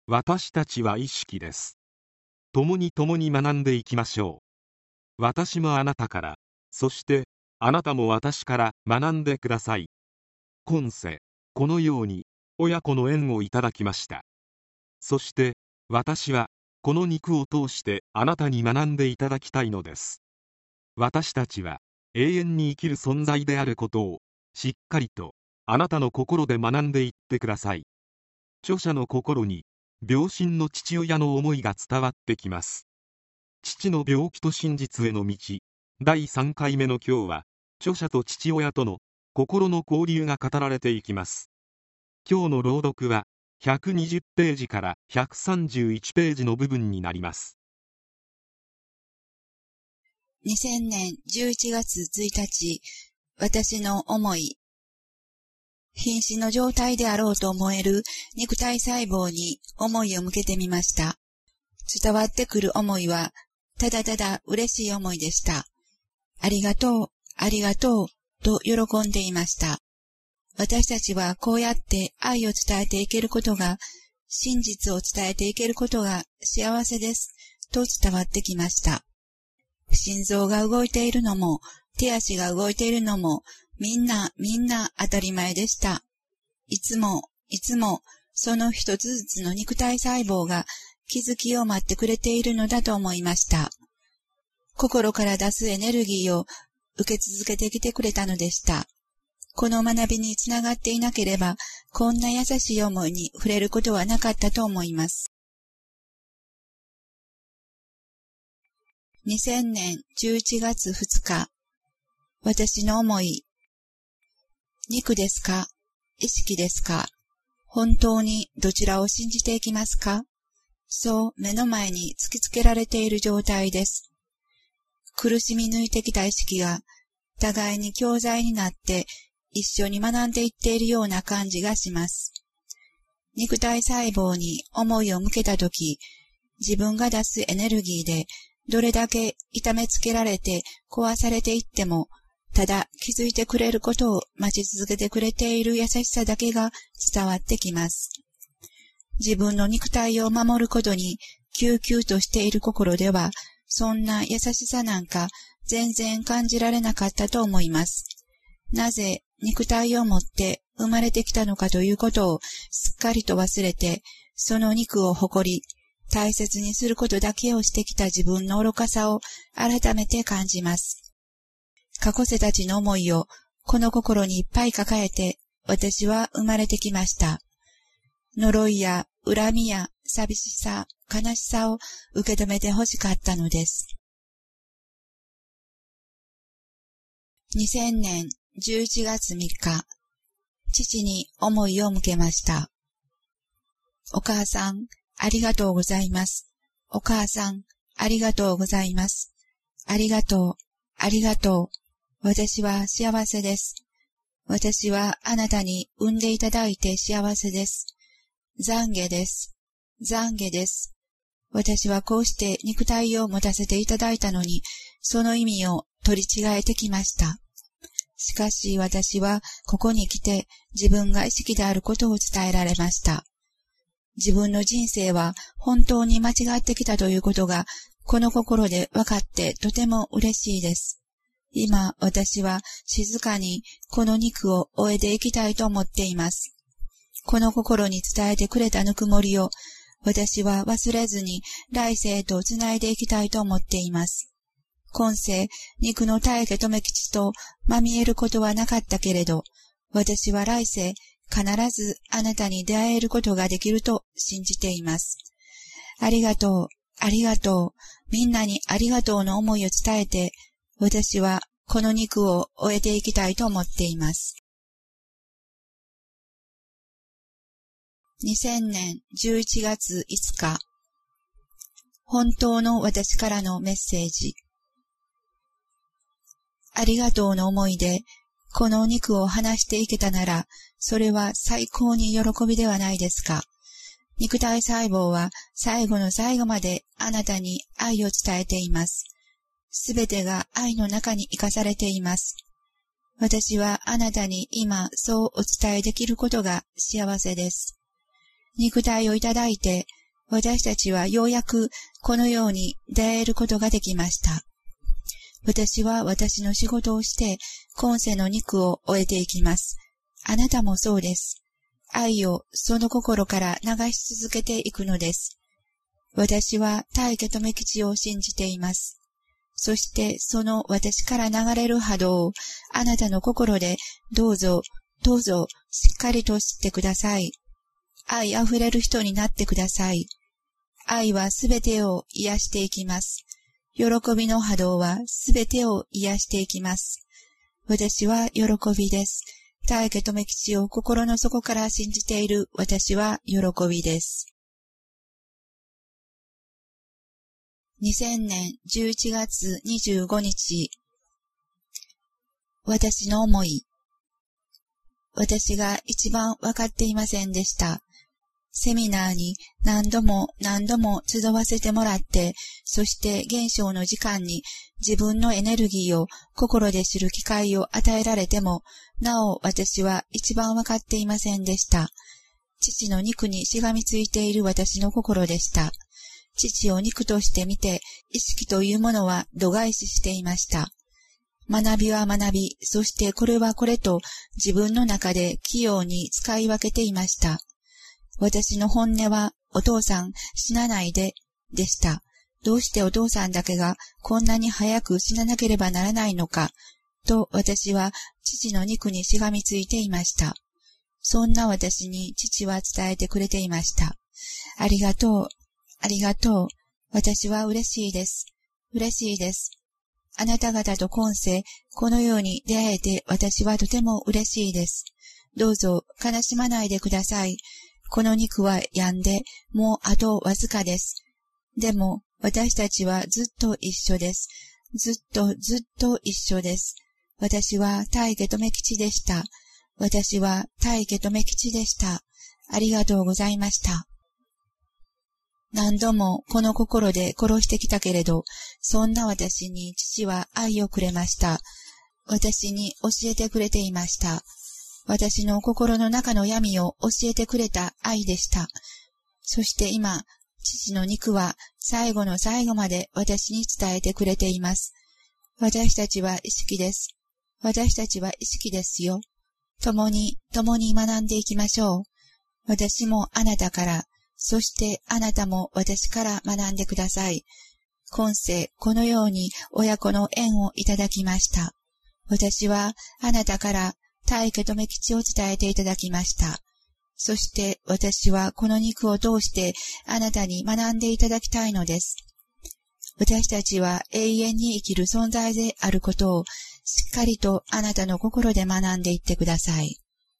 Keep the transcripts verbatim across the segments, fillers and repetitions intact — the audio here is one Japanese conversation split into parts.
私たちは意識です。共に共に学んでいきましょう。私もあなたから、そしてあなたも私から学んでください。今世、このように親子の縁をいただきました。そして私はこの肉を通してあなたに学んでいただきたいのです。私たちは永遠に生きる存在であることをしっかりとあなたの心で学んでいってください。著者の心に病身の父親の思いが伝わってきます。父の病気と真実への道だいさんかいめの今日は、著者と父親との心の交流が語られていきます。今日の朗読はひゃくにじゅうページからひゃくさんじゅういちページの部分になります。 にせんねんじゅういちがつついたち、私の思い。瀕死の状態であろうと思える肉体細胞に思いを向けてみました。伝わってくる思いは、ただただ嬉しい思いでした。ありがとう、ありがとう、と喜んでいました。私たちはこうやって愛を伝えていけることが、真実を伝えていけることが幸せです、と伝わってきました。心臓が動いているのも、手足が動いているのも、みんなみんな当たり前でした。いつも、いつも、その一つずつの肉体細胞が気づきを待ってくれているのだと思いました。心から出すエネルギーを受け続けてきてくれたのでした。この学びにつながっていなければ、こんな優しい思いに触れることはなかったと思います。にせんねんじゅういちがつふつか、私の思い。肉ですか？意識ですか？本当にどちらを信じていきますか？そう目の前に突きつけられている状態です。苦しみ抜いてきた意識が互いに教材になって一緒に学んでいっているような感じがします。肉体細胞に思いを向けたとき、自分が出すエネルギーでどれだけ痛めつけられて壊されていっても、ただ気づいてくれることを待ち続けてくれている優しさだけが伝わってきます。自分の肉体を守ることに救急としている心では、そんな優しさなんか全然感じられなかったと思います。なぜ肉体を持って生まれてきたのかということをすっかりと忘れて、その肉を誇り、大切にすることだけをしてきた自分の愚かさを改めて感じます。過去世たちの思いをこの心にいっぱい抱えて私は生まれてきました。呪いや恨みや寂しさ、悲しさを受け止めてほしかったのです。にせんねんじゅういちがつみっか、父に思いを向けました。お母さん、ありがとうございます。お母さん、ありがとうございます。ありがとう、ありがとう。私は幸せです。私はあなたに産んでいただいて幸せです。懺悔です。懺悔です。私はこうして肉体を持たせていただいたのに、その意味を取り違えてきました。しかし私はここに来て自分が意識であることを伝えられました。自分の人生は本当に間違ってきたということがこの心で分かってとても嬉しいです。今私は静かにこの肉を終えていきたいと思っています。この心に伝えてくれたぬくもりを私は忘れずに来世とつないでいきたいと思っています。今世、肉の大家留吉とまみえることはなかったけれど、私は来世、必ずあなたに出会えることができると信じています。ありがとう、ありがとう、みんなにありがとうの思いを伝えて、私はこの肉を終えていきたいと思っています。にせんねんじゅういちがついつか、本当の私からのメッセージ。ありがとうの思いで、このお肉を離していけたなら、それは最高に喜びではないですか。肉体細胞は最後の最後まであなたに愛を伝えています。すべてが愛の中に生かされています。私はあなたに今そうお伝えできることが幸せです。肉体をいただいて、 私たちはようやくこのように出会えることができました。私は私の仕事をして今世の肉を終えていきます。あなたもそうです。愛をその心から流し続けていくのです。私は大家留吉を信じています。そしてその私から流れる波動をあなたの心でどうぞ、どうぞしっかりと知ってください。愛あふれる人になってください。愛はすべてを癒していきます。喜びの波動はすべてを癒していきます。私は喜びです。大家留吉を心の底から信じている私は喜びです。にせんねんじゅういちがつにじゅうごにち、私の思い。私が一番わかっていませんでした。セミナーに何度も何度も集わせてもらって、そして現象の時間に自分のエネルギーを心で知る機会を与えられても、なお私は一番わかっていませんでした。父の肉にしがみついている私の心でした。父を肉として見て、意識というものは度外視していました。学びは学び、そしてこれはこれと自分の中で器用に使い分けていました。私の本音は、お父さん死なないで、でした。どうしてお父さんだけがこんなに早く死ななければならないのか、と私は父の肉にしがみついていました。そんな私に父は伝えてくれていました。ありがとう。ありがとう。私は嬉しいです。嬉しいです。あなた方と今世、このように出会えて私はとても嬉しいです。どうぞ悲しまないでください。この肉は病んで、もうあとわずかです。でも私たちはずっと一緒です。ずっとずっと一緒です。私は大家留吉でした。私は大家留吉でした。ありがとうございました。何度もこの心で殺してきたけれど、そんな私に父は愛をくれました。私に教えてくれていました。私の心の中の闇を教えてくれた愛でした。そして今、父の肉は最後の最後まで私に伝えてくれています。私たちは意識です。私たちは意識ですよ。共に、共に学んでいきましょう。私もあなたから、そしてあなたも私から学んでください。今世このように親子の縁をいただきました。私はあなたから大家留吉を伝えていただきました。そして私はこの肉を通してあなたに学んでいただきたいのです。私たちは永遠に生きる存在であることをしっかりとあなたの心で学んでいってください。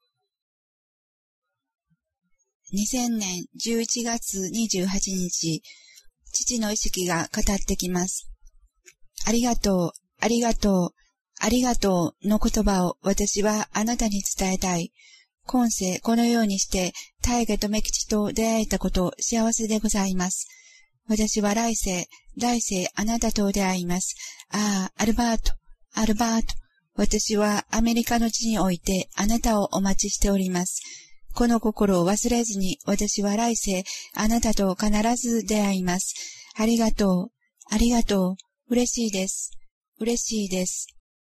にせんねんじゅういちがつにじゅうはちにち、父の意識が語ってきます。ありがとう、ありがとう、ありがとうの言葉を私はあなたに伝えたい。今世このようにして大家留吉と出会えたこと幸せでございます。私は来世、来世あなたと出会います。ああ、アルバート、アルバート。私はアメリカの地においてあなたをお待ちしております。この心を忘れずに私は来世あなたと必ず出会います。ありがとう、ありがとう、嬉しいです、嬉しいです。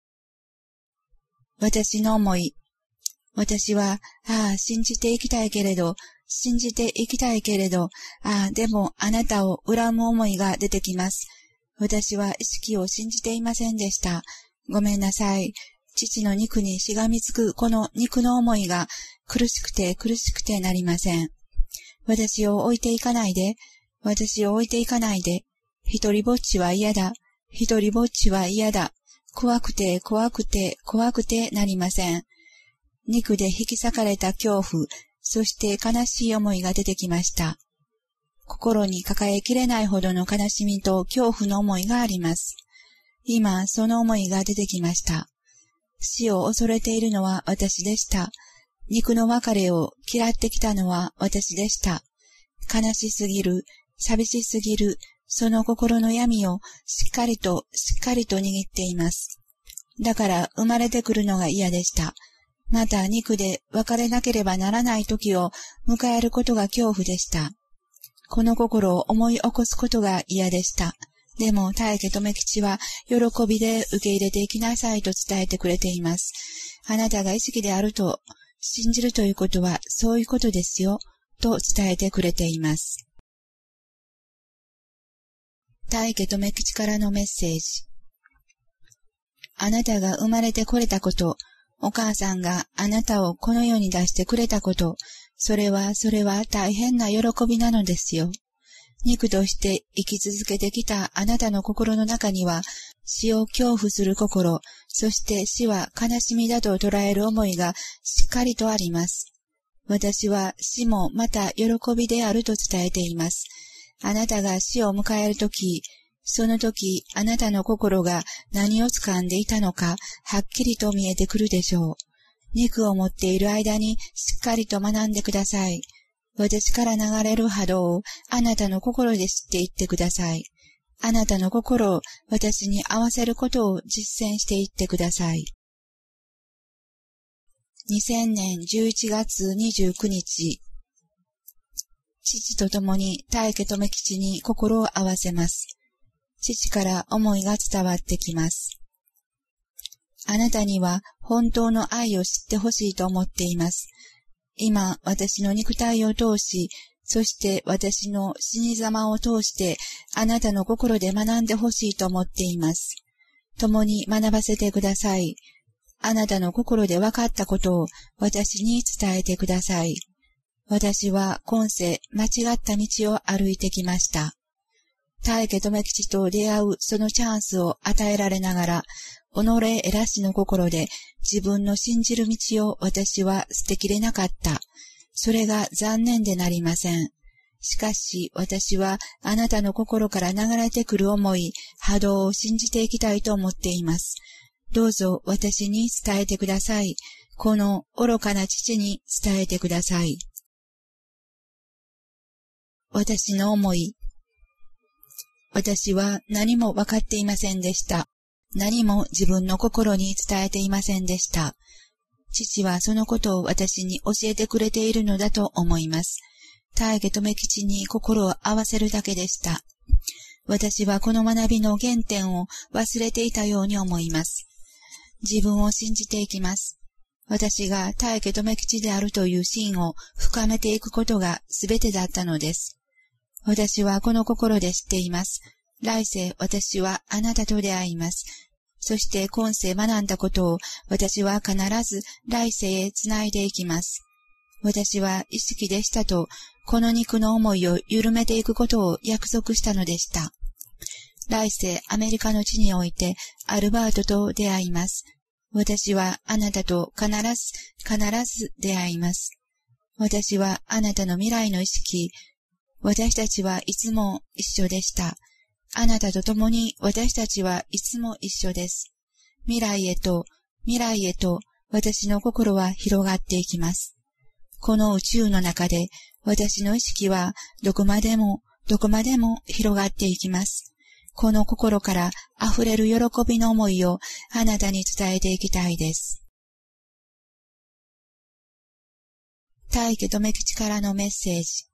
私の思い。私は、ああ、信じていきたいけれど、信じていきたいけれど、ああ、でもあなたを恨む思いが出てきます。私は意識を信じていませんでした。ごめんなさい。父の肉にしがみつくこの肉の思いが苦しくて苦しくてなりません。私を置いていかないで、私を置いていかないで。一人ぼっちは嫌だ。一人ぼっちは嫌だ。怖くて怖くて怖くてなりません。肉で引き裂かれた恐怖、そして悲しい思いが出てきました。心に抱えきれないほどの悲しみと恐怖の思いがあります。今、その思いが出てきました。死を恐れているのは私でした。肉の別れを嫌ってきたのは私でした。悲しすぎる、寂しすぎる、その心の闇をしっかりとしっかりと握っています。だから生まれてくるのが嫌でした。また肉で別れなければならない時を迎えることが恐怖でした。 この心を思い起こすことが嫌でした。でも、大家留吉は、喜びで受け入れていきなさいと伝えてくれています。あなたが意識であると、信じるということは、そういうことですよ、と伝えてくれています。大家留吉からのメッセージ。あなたが生まれてこれたこと、お母さんがあなたをこの世に出してくれたこと、それは、それは大変な喜びなのですよ。肉として生き続けてきたあなたの心の中には、死を恐怖する心、そして死は悲しみだと捉える思いがしっかりとあります。私は死もまた喜びであると伝えています。あなたが死を迎えるとき、その時あなたの心が何を掴んでいたのか、はっきりと見えてくるでしょう。肉を持っている間にしっかりと学んでください。私から流れる波動をあなたの心で知っていってください。あなたの心を私に合わせることを実践していってください。にせんねんじゅういちがつにじゅうくにち、父と共に大家留吉に心を合わせます。父から思いが伝わってきます。あなたには本当の愛を知ってほしいと思っています。今、私の肉体を通し、そして私の死に様を通して、あなたの心で学んでほしいと思っています。共に学ばせてください。あなたの心で分かったことを私に伝えてください。私は今世間違った道を歩いてきました。大家留吉と出会うそのチャンスを与えられながら、己得らしの心で自分の信じる道を私は捨てきれなかった。それが残念でなりません。しかし私はあなたの心から流れてくる思い、波動を信じていきたいと思っています。どうぞ私に伝えてください。この愚かな父に伝えてください。私の思い。私は何も分かっていませんでした。何も自分の心に伝えていませんでした。父はそのことを私に教えてくれているのだと思います。大家留吉に心を合わせるだけでした。私はこの学びの原点を忘れていたように思います。自分を信じていきます。私が大家留吉であるという真を深めていくことが全てだったのです。私はこの心で知っています。来世私はあなたと出会います。そして今世学んだことを私は必ず来世へつないでいきます。私は意識でしたとこの肉の思いを緩めていくことを約束したのでした。来世アメリカの地においてアルバートと出会います。私はあなたと必ず必ず出会います。私はあなたの未来の意識、私たちはいつも一緒でした。あなたと共に私たちはいつも一緒です。未来へと、未来へと私の心は広がっていきます。この宇宙の中で私の意識はどこまでも、どこまでも広がっていきます。この心から溢れる喜びの思いをあなたに伝えていきたいです。大家留吉からのメッセージ。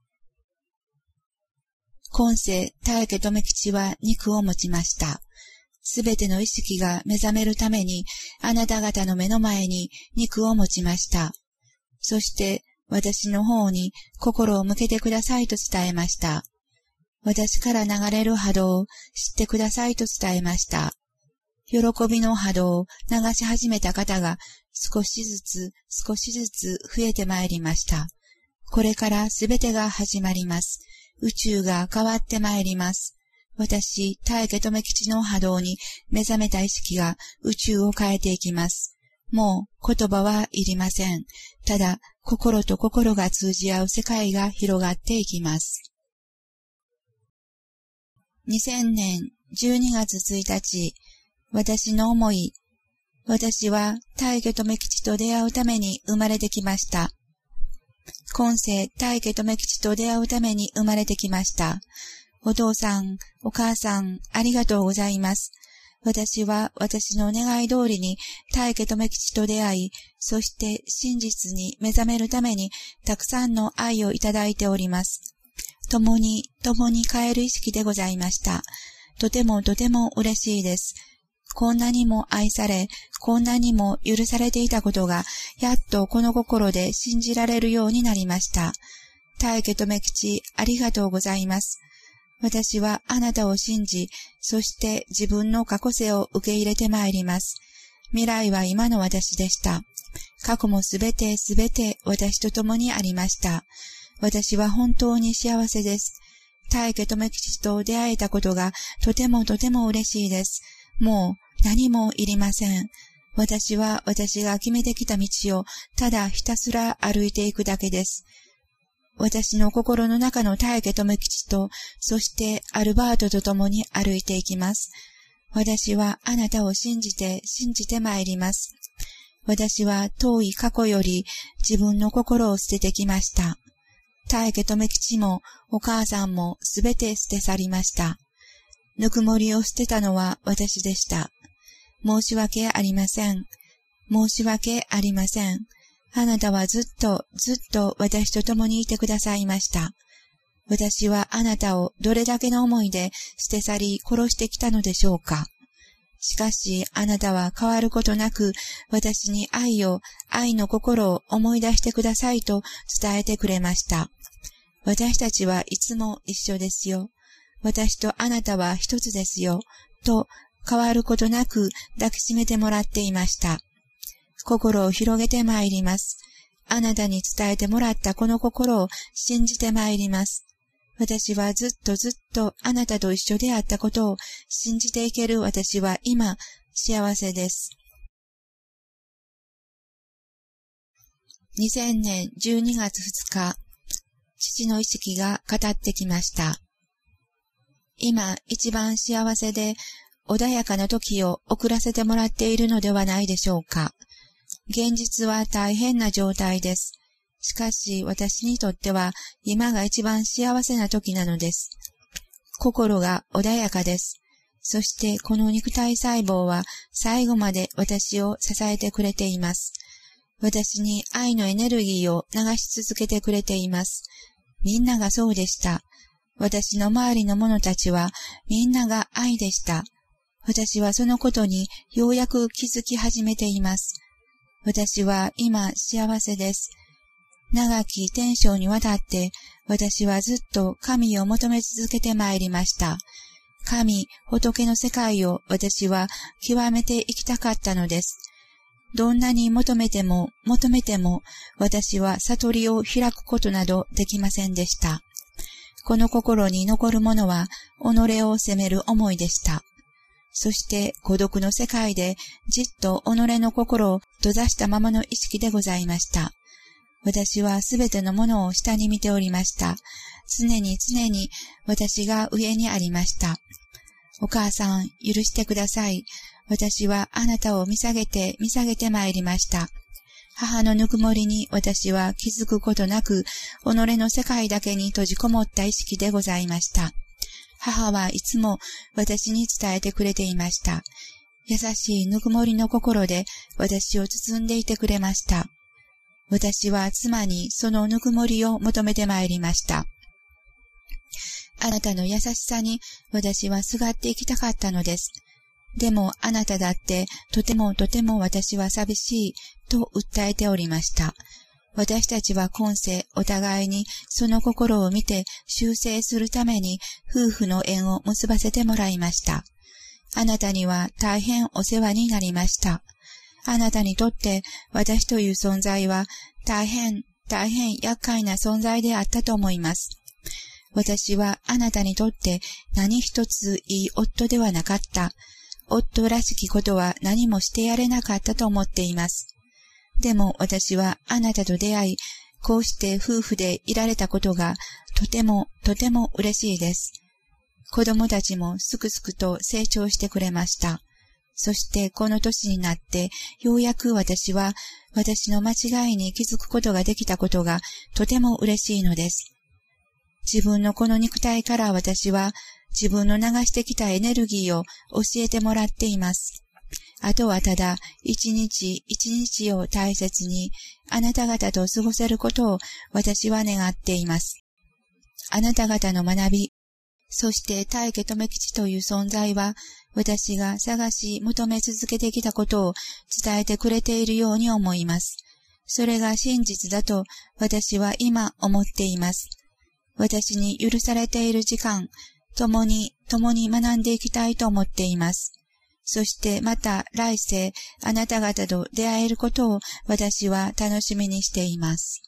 今世、大家留吉は肉を持ちました。すべての意識が目覚めるために、あなた方の目の前に肉を持ちました。そして、私の方に心を向けてくださいと伝えました。私から流れる波動を知ってくださいと伝えました。喜びの波動を流し始めた方が少しずつ少しずつ増えてまいりました。これからすべてが始まります。宇宙が変わってまいります。私、大家留吉の波動に目覚めた意識が宇宙を変えていきます。もう言葉はいりません。ただ、心と心が通じ合う世界が広がっていきます。にせんねんじゅうにがつついたち、私の思い。私は大家留吉と出会うために生まれてきました。今世、大家留吉と出会うために生まれてきました。お父さん、お母さん、ありがとうございます。私は私の願い通りに大家留吉と出会い、そして真実に目覚めるためにたくさんの愛をいただいております。 共に、共に変える意識でございました。とてもとても嬉しいです。こんなにも愛され、こんなにも許されていたことが、やっとこの心で信じられるようになりました。大家留吉、ありがとうございます。私はあなたを信じ、そして自分の過去世を受け入れてまいります。未来は今の私でした。過去もすべてすべて私と共にありました。私は本当に幸せです。大家留吉と出会えたことがとてもとても嬉しいです。もう何もいりません。私は私が決めてきた道をただひたすら歩いていくだけです。私の心の中の大家留吉と、そしてアルバートと共に歩いていきます。私はあなたを信じて信じてまいります。私は遠い過去より自分の心を捨ててきました。大家留吉もお母さんもすべて捨て去りました。ぬくもりを捨てたのは私でした。申し訳ありません。申し訳ありません。あなたはずっとずっと私と共にいてくださいました。私はあなたをどれだけの思いで捨て去り殺してきたのでしょうか。しかしあなたは変わることなく私に愛を、愛の心を思い出してくださいと伝えてくれました。私たちはいつも一緒ですよ。私とあなたは一つですよ。と変わることなく抱きしめてもらっていました。心を広げてまいります。あなたに伝えてもらったこの心を信じてまいります。私はずっとずっとあなたと一緒であったことを信じていける私は今幸せです。にせんねんじゅうにがつふつか、父の意識が語ってきました。今一番幸せで穏やかな時を送らせてもらっているのではないでしょうか。現実は大変な状態です。しかし私にとっては今が一番幸せな時なのです。心が穏やかです。そしてこの肉体細胞は最後まで私を支えてくれています。私に愛のエネルギーを流し続けてくれています。みんながそうでした。私の周りの者たちはみんなが愛でした。私はそのことにようやく気づき始めています。私は今幸せです。長き天生にわたって私はずっと神を求め続けてまいりました。神、仏の世界を私は極めていきたかったのです。どんなに求めても求めても私は悟りを開くことなどできませんでした。この心に残るものは己を責める思いでした。そして孤独の世界でじっと己の心を閉ざしたままの意識でございました。私はすべてのものを下に見ておりました。常に常に私が上にありました。お母さん、許してください。私はあなたを見下げて見下げてまいりました。母のぬくもりに私は気づくことなく、己の世界だけに閉じこもった意識でございました。母はいつも私に伝えてくれていました。優しいぬくもりの心で私を包んでいてくれました。私は妻にそのぬくもりを求めてまいりました。あなたの優しさに私はすがっていきたかったのです。でもあなただってとてもとても私は寂しいと訴えておりました。私たちは今世お互いにその心を見て修正するために夫婦の縁を結ばせてもらいました。あなたには大変お世話になりました。あなたにとって私という存在は大変大変厄介な存在であったと思います。私はあなたにとって何一ついい夫ではなかった。夫らしきことは何もしてやれなかったと思っています。でも私はあなたと出会い、こうして夫婦でいられたことがとてもとても嬉しいです。子供たちもすくすくと成長してくれました。そしてこの年になってようやく私は私の間違いに気づくことができたことがとても嬉しいのです。自分のこの肉体から私は自分の流してきたエネルギーを教えてもらっています。あとはただ一日一日を大切にあなた方と過ごせることを私は願っています。 あなた方の学び、そして大家留吉という存在は、私が探し求め続けてきたことを伝えてくれているように思います。それが真実だと私は今思っています。私に許されている時間、共に共に学んでいきたいと思っています。そしてまた来世、あなた方と出会えることを私は楽しみにしています。